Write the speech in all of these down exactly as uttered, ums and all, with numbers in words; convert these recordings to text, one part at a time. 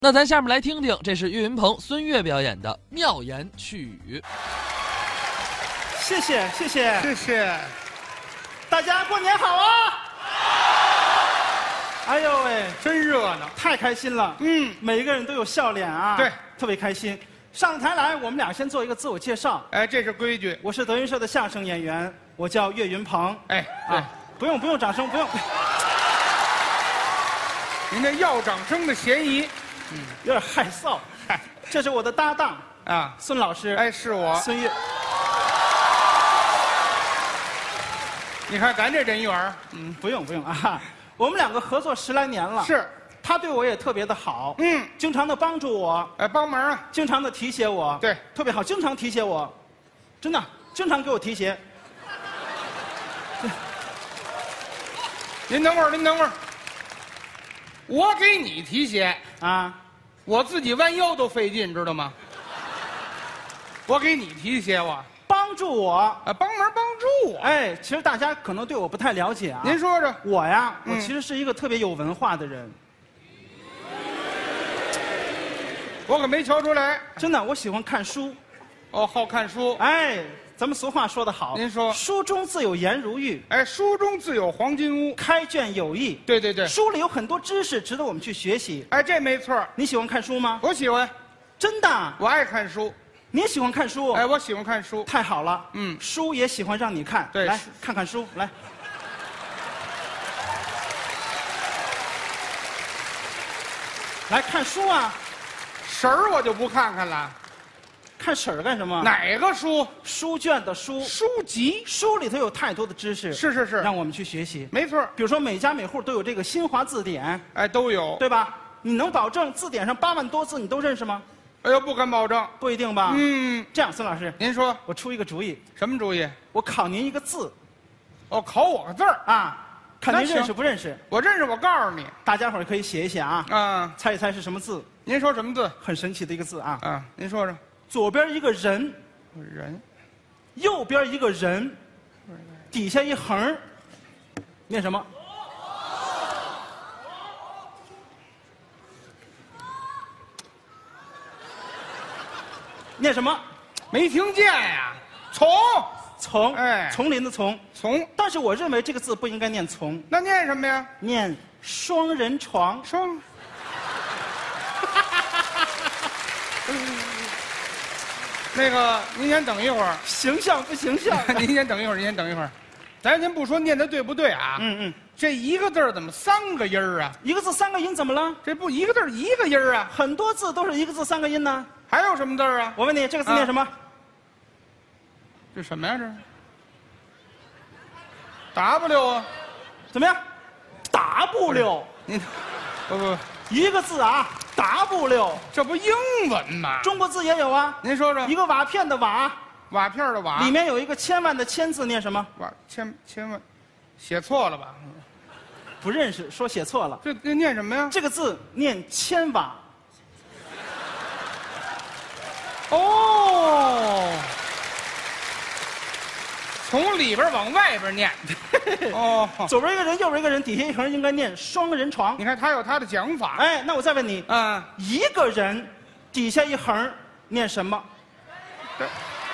那咱下面来听听，这是岳云鹏、孙越表演的妙言趣语。 谢谢谢谢谢谢， 大家过年好啊！哎呦喂， 真热闹。 太开心了。 嗯， 每一个人都有笑脸啊。 对， 特别开心。上台来，我们俩先做一个自我介绍。 哎，这是规矩。 我是德云社的相声演员，我叫岳云鹏。 哎，对， 啊，不用不用掌声，不用。 您这要掌声的嫌疑。 嗯，有点害臊。 嗨， 这是我的搭档啊， 孙老师。 哎，是我。 孙越。 你看咱这人缘儿， 嗯，不用不用啊，我们两个合作十来年了。 是， 他对我也特别的好。 嗯， 经常的帮助我。 哎，帮忙啊。 经常的提携我。 对， 特别好，经常提携我，真的，经常给我提携。 您等会儿，您等会儿，我给你提鞋啊， 我自己弯腰都费劲，知道吗？我给你提鞋，我帮助我。 啊，帮忙帮助我。 哎，其实大家可能对我不太了解啊。 您说说， 我呀， 嗯我其实是一个特别有文化的人。 我可没瞧出来。 真的，我喜欢看书。 哦，好看书。 哎，咱们俗话说得好， 您说书中自有颜如玉， 哎，书中自有黄金屋。 开卷有益。 对对对。 书里有很多知识值得我们去学习。 哎，这没错。 你喜欢看书吗？ 我喜欢， 真的， 我爱看书。 你也喜欢看书？ 哎，我喜欢看书。 太好了。 嗯， 书也喜欢让你看。来对是看看书，来。来看书啊！ 神儿我就不看看了。 看婶儿干什么？ 哪个书？ 书卷的书， 书籍。 书里头有太多的知识， 是是是， 让我们去学习。 没错。 比如说每家每户都有这个新华字典， 哎，都有。 对吧？你能保证字典上八万多字你都认识吗？ 哎呦，不敢保证。 不一定吧。 嗯， 这样，孙老师， 您说我出一个主意， 什么主意？ 我考您一个字哦，考我个字儿， 啊，看您那行认识不认识。 我认识，我告诉你。 大家伙儿可以写一写啊， 啊， 猜一猜是什么字？ 您说什么字？ 很神奇的一个字啊。 啊，您说说。 左边一个人， 人， 右边一个人，底下一横，念什么？念什么？ 没听见呀？从， 丛， 哎丛林的丛。 从， 但是我认为这个字不应该念丛， 那念什么呀？ 念双人床。 双。那个，您先等一会儿。 形象不形象？ 您先等一会儿，您先等一会儿。咱先不说念的对不对啊？ 嗯嗯， 这一个字儿怎么三个音儿啊？ 一个字三个音怎么了？ 这不一个字儿一个音儿啊？ 很多字都是一个字三个音呢。 还有什么字儿啊？ 我问你，这个字念什么？ 这什么呀？这是 W 啊？ 怎么样 ？W， 您不不， 一个字啊 ，W， 这不英文吗？ 中国字也有啊。 您说说， 一个瓦片的瓦， 瓦片的瓦， 里面有一个千万的千字，念什么？ 瓦千千万，写错了吧？ 不认识，说写错了。 这这念什么呀？ 这个字念千瓦。 哦，从里边往外边念。哦， 左边一个人，右边一个人，底下一横，应该念双人床。 你看他有他的讲法。 哎，那我再问你， 嗯， 一个人底下一横，念什么？ 对，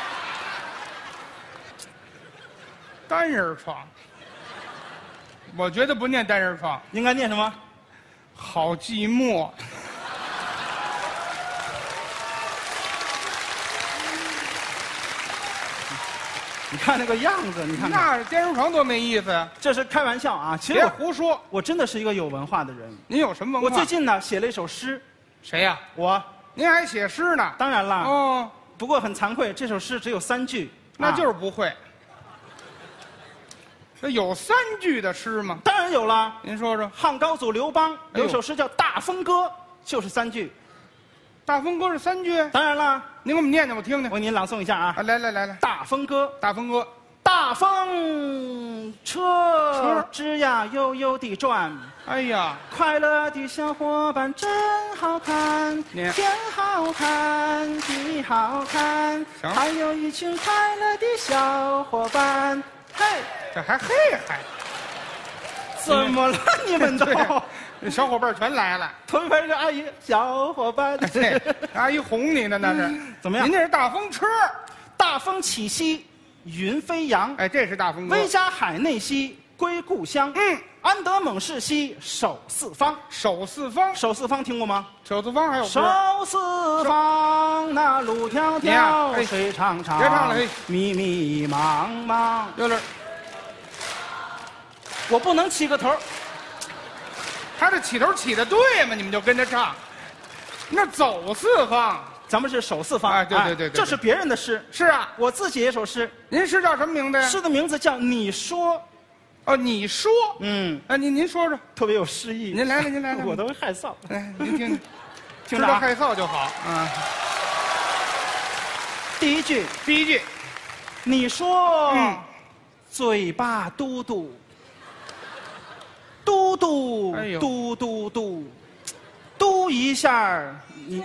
单人床。我觉得不念单人床， 应该念什么？ 好寂寞。 你看那个样子，你看看， 那单人床多没意思呀！ 这是开玩笑啊。其实别我胡说， 我真的是一个有文化的人。 您有什么我文化？ 最近呢写了一首诗， 谁呀？ 我您还写诗呢？ 当然了， 哦， 不过很惭愧，这首诗只有三句， 那就是啊不会。这有三句的诗吗？ 当然有了。 您说说， 汉高祖刘邦哎呦有首诗叫《大风歌》，就是三句。 大风歌是三句， 当然了， 您给我们念念，我听听。 我给您朗诵一下啊， 啊，来来来来， 《大风歌》。 大风歌， 大风车车吱呀悠悠地转， 哎呀， 快乐的小伙伴真好看， 念天好看，地好看， 行还有一群快乐的小伙伴。嘿， 这还嘿还， 怎么了你们都？ 对这小伙伴全来了。 头一排是阿姨，小伙伴。 对，阿姨哄你呢，那是怎么样？ 您这是大风车， 大风起兮云飞扬。 哎，这是大风车。 威加海内兮归故乡。 嗯， 安得猛士兮守四方。 守四方， 守四方听过吗？ 守四方还有歌守四方，那路迢你呀迢， 哎水长长， 别唱了嘿迷迷茫茫。 有点， 我不能起个头儿， 他这起头起的对吗？你们就跟着唱，那走四方。 咱们是守四方。 哎对对对对对这是别人的诗， 是啊， 我自己也首诗， 您诗叫什么名字呀？ 诗的名字叫《你说》。 哦，你说， 嗯， 哎，您您说说， 特别有诗意。 您来来，您来来， 我都害臊。 哎，您听听， 听着啊， 知道害臊就好啊。 第一句， 第一句， 你说， 嗯嘴巴嘟嘟，嘟嘟， 哎呦嘟嘟嘟，嘟一下儿你。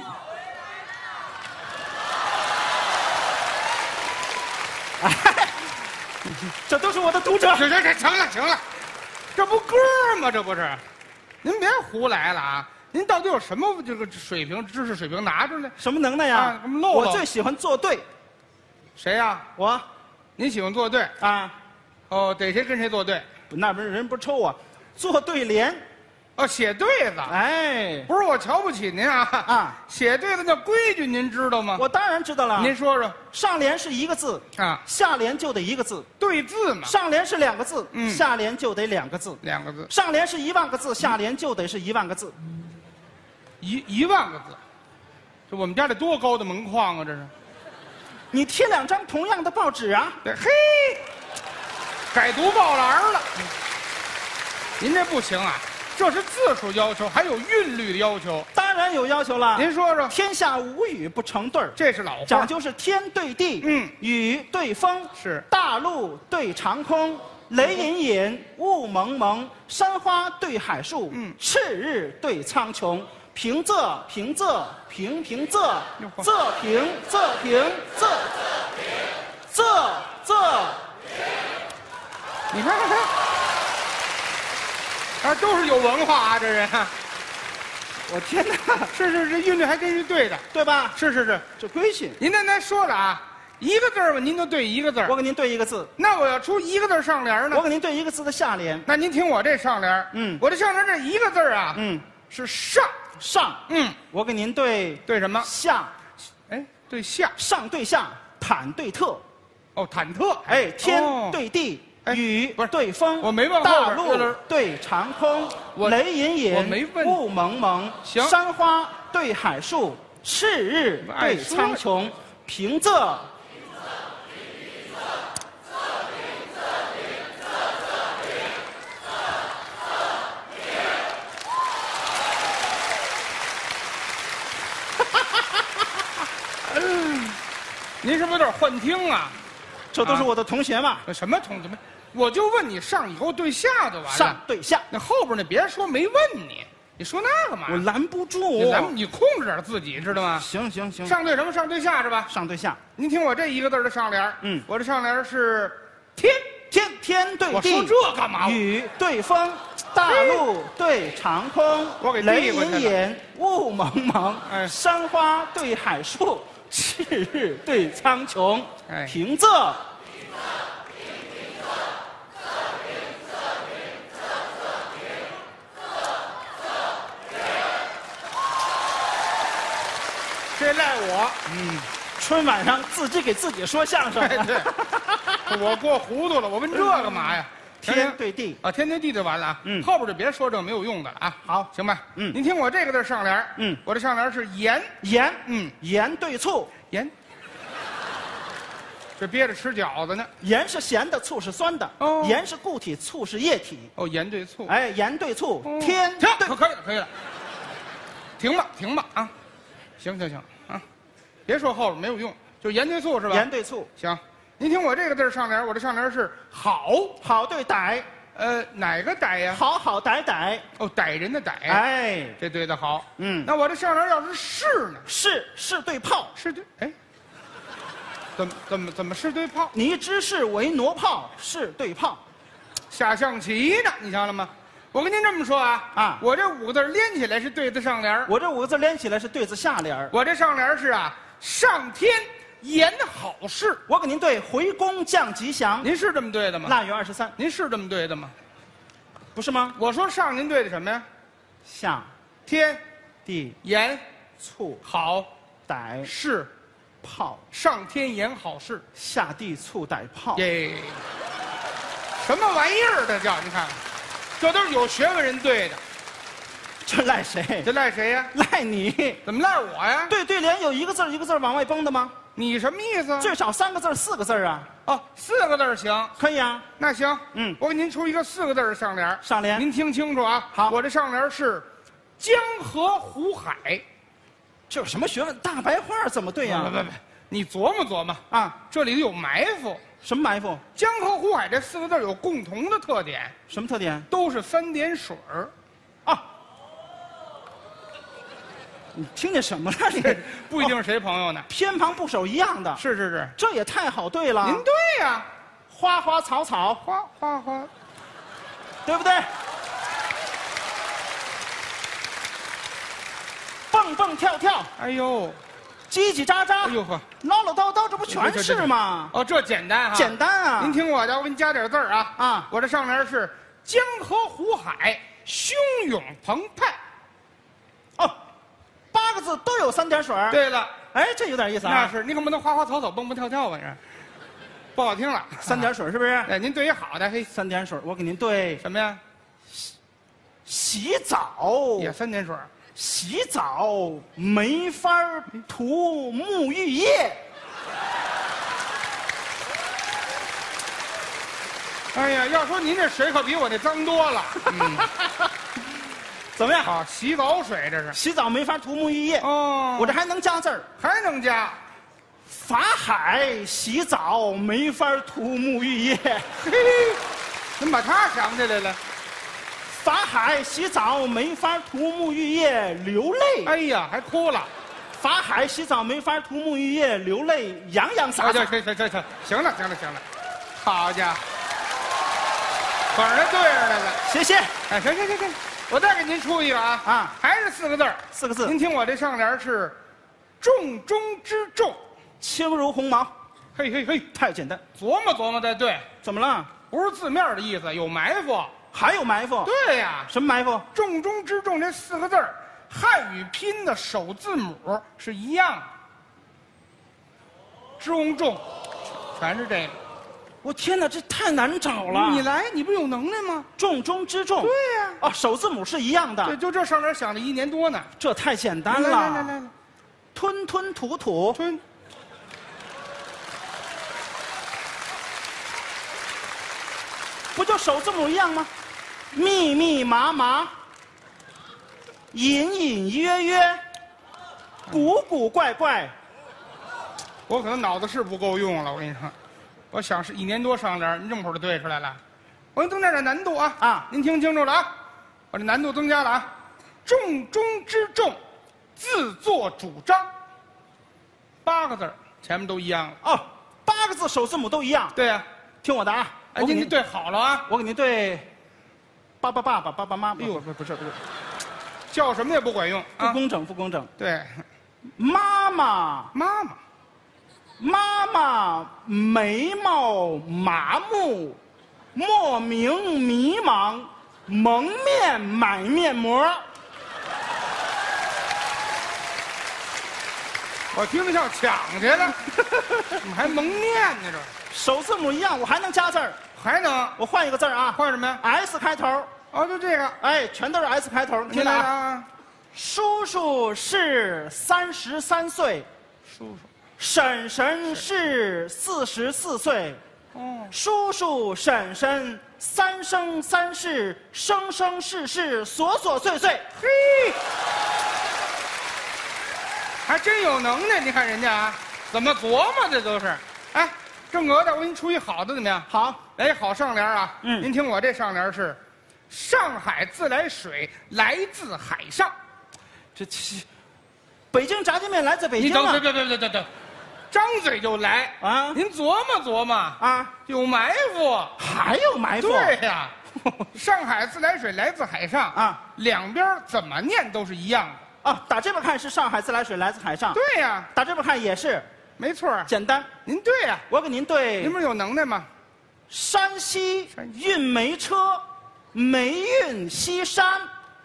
这都是我的读者。 行行行，行了行了，这不歌吗？这不是，您别胡来了啊！您到底有什么这个水平、知识水平拿出来？ 什么能耐呀？ 啊什么漏漏我最喜欢作对。 谁呀、 我您喜欢作对？ 啊， 哦，逮谁跟谁作对？ 那边人不抽我，作对联。 哦，写对子。 哎， 不是我瞧不起您啊啊！ 写对子叫规矩，您知道吗？ 我当然知道了。 您说说上联是一个字， 啊， 下联就得一个字。 对字嘛， 上联是两个字， 嗯下联就得两个字。 两个字， 上联是一万个字，下联就得是一万个字。 一一万个字，这我们家这多高的门框啊！这是， 你贴两张同样的报纸啊， 对，嘿，改读报栏了。您这不行啊，这是字数要求，还有韵律的要求。 当然有要求了。 您说说， 天下无语不成对儿， 这是老话， 讲究是天对地， 嗯雨对风， 是大陆对长空，雷隐隐，雾蒙蒙，山花对海树， 嗯赤日对苍穹。平仄平仄平平仄，仄平仄平仄仄仄。 你看看看，啊，都是有文化啊，这人啊， 我天哪， 是是是，韵律还真是对的， 对吧？ 是是是。 这规矩。 您刚才说了啊，一个字儿吧，您就对一个字儿。 我给您对一个字， 那我要出一个字儿上联呢我？给您对一个字的下联。 那您听我这上联， 嗯我这上联这一个字儿啊， 嗯， 是上， 上， 嗯， 我给您对对什么？ 下， 哎，对下， 上对下，坦对特。 哦，忐忑， 哎，天哦对地， 哎雨不是对风， 我没问后大陆边有点对长空， 我雷隐隐， 我没问雾蒙蒙， 行山花对海树，赤日对爱说苍穹，平仄。 您是不是有点幻听啊？ 这都是我的同学嘛， 那什么同志们，我就问你上以后对下就完了。 上对下， 那后边那别说没问你，你说那干嘛？ 我拦不住。 你咱们你控制点自己，知道吗？ 行行行， 上对什么？上对下是吧？ 上对下， 您听我这一个字儿的上联， 嗯我这上联是天， 天天对地， 我说这干嘛？ 雨对风，大陆对长空， 我给雷递过去了隐隐，雾蒙蒙， 哎山花对海树，赤日对苍穹， 哎平仄。 这赖我。 嗯，春晚上自己给自己说相声。 哎，对，我过糊涂了，我问这干嘛呀？行天行对地， 啊，天对地就完了啊。 嗯后边就别说这个没有用的了啊。 好行吧。 嗯您听我这个字上联， 嗯我这上联是盐， 盐， 嗯， 盐对醋， 盐。这憋着吃饺子呢。 盐是咸的，醋是酸的。 哦盐是固体，醋是液体。 哦，盐对醋。 哎，盐对醋， 哦天停， 对可可以了，可以了。停吧，停吧啊！行行行啊，别说后边没有用，就是盐对醋是吧？ 盐对醋， 行。您听我这个字上联，我这上联是好， 好对歹， 呃，哪个歹呀？ 好好歹歹。 哦，歹人的歹。 哎， 这对的好。 嗯， 那我这上联要是是呢？ 是是对炮， 是对，哎，怎么怎么怎么是对炮？ 你知是为挪炮，是对炮。 下象棋呢？你瞧了吗？ 我跟您这么说啊， 啊我这五个字连起来是对子上联儿， 我这五个字连起来是对子下联儿。 我这上联儿是啊，上天言好事。 我给您对回宫降吉祥， 您是这么对的吗？ 腊月二十三， 您是这么对的吗？ 不是吗？ 我说上您对的什么呀？ 下天地言醋好歹事， 炮， 上天言好事。 下地醋歹炮。 耶，什么玩意儿？这叫你看看，这都是有学问人对的。 这赖谁？ 这赖谁呀？ 赖你。 怎么赖我呀？ 对对联有一个字儿一个字儿往外崩的吗？ 你什么意思？ 最少三个字儿四个字儿啊。 哦，四个字儿行。 可以啊。 那行， 嗯我给您出一个四个字儿的上联儿。 上联您听清楚啊。 好我这上联是江河湖海。 这有什么学问？大白话怎么对呀、 不不不，你琢磨琢磨， 啊， 这里头有埋伏。 什么埋伏？ 江河湖海这四个字儿有共同的特点， 什么特点？ 都是三点水儿。 啊，你听见什么了？你不一定是谁朋友呢。 偏旁部首一样的， 是是是， 这也太好对了。 您对呀、 花花草草， 花花花， 对不对？蹦蹦跳跳， 哎呦， 叽叽喳喳， 哎呦呵， 唠唠叨叨，这不全是吗？ 哦，这简单哈、 简单啊！ 您听我的，我给你加点字儿啊啊我这上联是江河湖海汹涌澎湃。 哦，八个字都有三点水儿。， 对了， 哎，这有点意思啊。 那是你可不能花花草草蹦蹦跳跳吧？这不好听了。 三点水是不是？ 哎，您对一好的，嘿， 三点水，我给您对什么呀？ 洗澡。 也三点水。 洗澡没法涂沐浴液。 哎呀，要说您这水可比我这脏多了。嗯， 怎么样？ 好，洗澡水这是。 洗澡没法涂沐浴液。 哦， 我这还能加字儿。 还能加。 法海洗澡没法涂沐浴液。 嘿嘿，怎么把他想起来了？ 法海洗澡没法涂沐浴液，流泪。 哎呀，还哭了。 法海洗澡没法涂沐浴液，流泪，洋洋洒哎， 洒。 行行行行，行了行了行了，好家伙，反正对上来了。 谢谢。 哎，行行行行，我再给您出一个啊啊， 还是四个字儿四个字您听我这上联是重中之重。 轻如鸿毛， 嘿嘿嘿， 太简单。 琢磨琢磨才对， 怎么了？ 不是字面的意思，有埋伏。 还有埋伏？ 对呀， 什么埋伏？ 重中之重这四个字儿，汉语拼音的首字母是一样的。中重，全是这个。 我天哪，这太难找了。 你来，你不有能耐吗？ 重中之重。 对呀啊，首字母是一样的。 对，就这上联想了一年多呢。 这太简单了。 来来来来来， 吞吞吐吐， 吞。 不就首字母一样吗？密密麻麻，隐隐约约，古古怪怪。 我可能脑子是不够用了，我跟你说，我想是一年多上联，您这么会儿就对出来了。我给你增加点难度啊！ 啊您听清楚了啊！我这难度增加了啊！重中之重，自作主张。八个字儿前面都一样了。 哦，八个字首字母都一样。 对呀、 听我的啊， 哎， 我给您， 您对好了啊！ 我给您对，爸爸爸爸爸爸妈妈。 哎呦不不不是不是， 叫什么也不管用啊！ 不工整不工整。 对， 妈妈妈妈， 妈妈眉毛麻木，莫名迷茫，蒙面买面膜。 我听着像抢去了，怎么还蒙面呢？这首字母一样，我还能加字儿， 还能我换一个字儿啊， 换什么呀？ S 开头， 哦，就这个， 哎，全都是 S 开头。 您来听着啊， 啊！ 叔叔是三十三岁， 叔叔， 婶婶是四十四岁， 哦， 叔叔婶婶三生三世，生生世世，琐琐碎碎。 嘿，还真有能耐！你看人家啊，怎么琢磨的都是。哎，正格的，我给你出一好的怎么样？ 好， 来好上联啊！ 嗯您听我这上联是：上海自来水来自海上。 这这，北京炸酱面来自北你等， 京啊别别别别别等，张嘴就来啊您琢磨琢磨， 啊！ 有埋伏。 还有埋伏？ 对呀、 上海自来水来自海上啊， 两边怎么念都是一样的。 啊，打这边看是上海自来水来自海上， 对呀、 打这边看也是没错儿。 简单。 您对呀、 我给您对您不是有能耐吗？ 山西山西运煤车，煤运西山。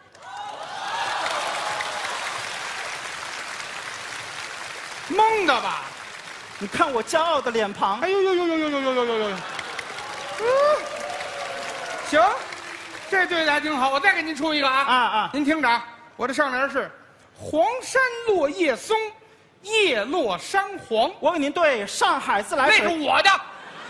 蒙的吧？ 你看我骄傲的脸庞， 哎呦呦呦呦呦呦呦呦呦呦！嗯，行，这对的还挺好。我再给您出一个啊啊啊您听着啊，我的上联是“黄山落叶松，叶落山黄我给您对上海自”，来那是水， 我的。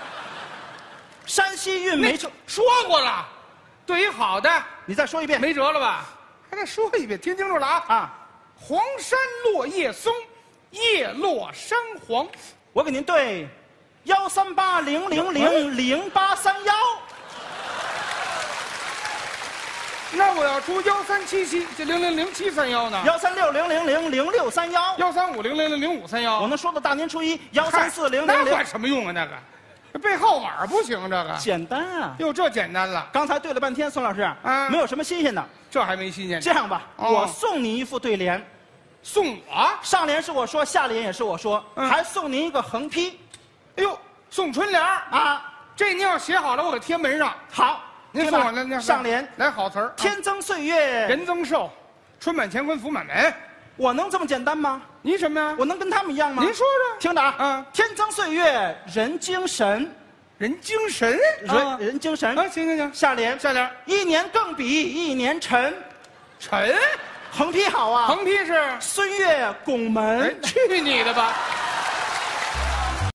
山西运煤车。 说过了，对于好的你再说一遍。 没辙了吧？还得说一遍，听清楚了啊！ 啊， 黄山落叶松，叶落山黄。 我给您对幺三八零零零零八三幺。 那我要出幺三七七，这零零零七三幺呢？ 幺三六零零零零六三幺。 幺三五零零零零五三幺。 我能说到大年初一幺三四零零零那管。什么用啊？那个，这背号码不行，这个。 简单啊！ 哟，这简单了， 刚才对了半天，孙老师， 啊没有什么新鲜的。 这还没新鲜。 这样吧， 哦我送你一副对联， 送我？ 上联是我说，下联也是我说， 嗯还送您一个横批哎呦，送春联儿啊。 这您要写好了，我给贴门上。 好， 您对吧送我那那上联， 来好词儿。啊天增岁月， 人增寿，春满乾坤福满门。 我能这么简单吗？ 您什么呀？ 我能跟他们一样吗？ 您说说。 听着啊， 嗯天增岁月人精神， 人精神。 人、 啊人精神。 啊，行行行， 下联， 下联一年更比一年沉， 陈。 横批好啊。 横批是。 岁月拱哎门，， 去你的吧！